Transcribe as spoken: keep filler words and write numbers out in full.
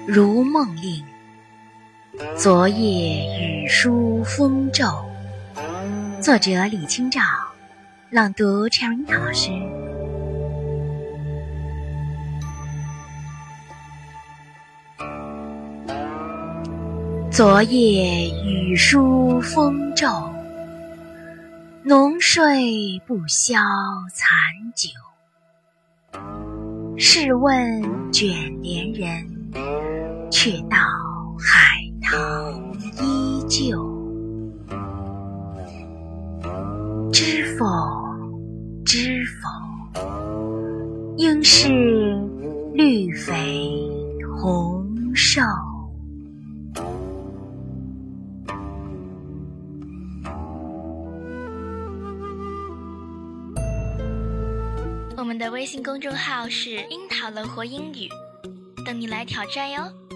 如梦令，昨夜雨疏风骤。作者李清照，朗读陈樱桃老师。昨夜雨疏风骤，浓睡不消残酒。试问卷帘人，却道海棠依旧。知否知否，应是绿肥红瘦。 我们的微信公众号是樱桃乐活英语，等你来挑战哟。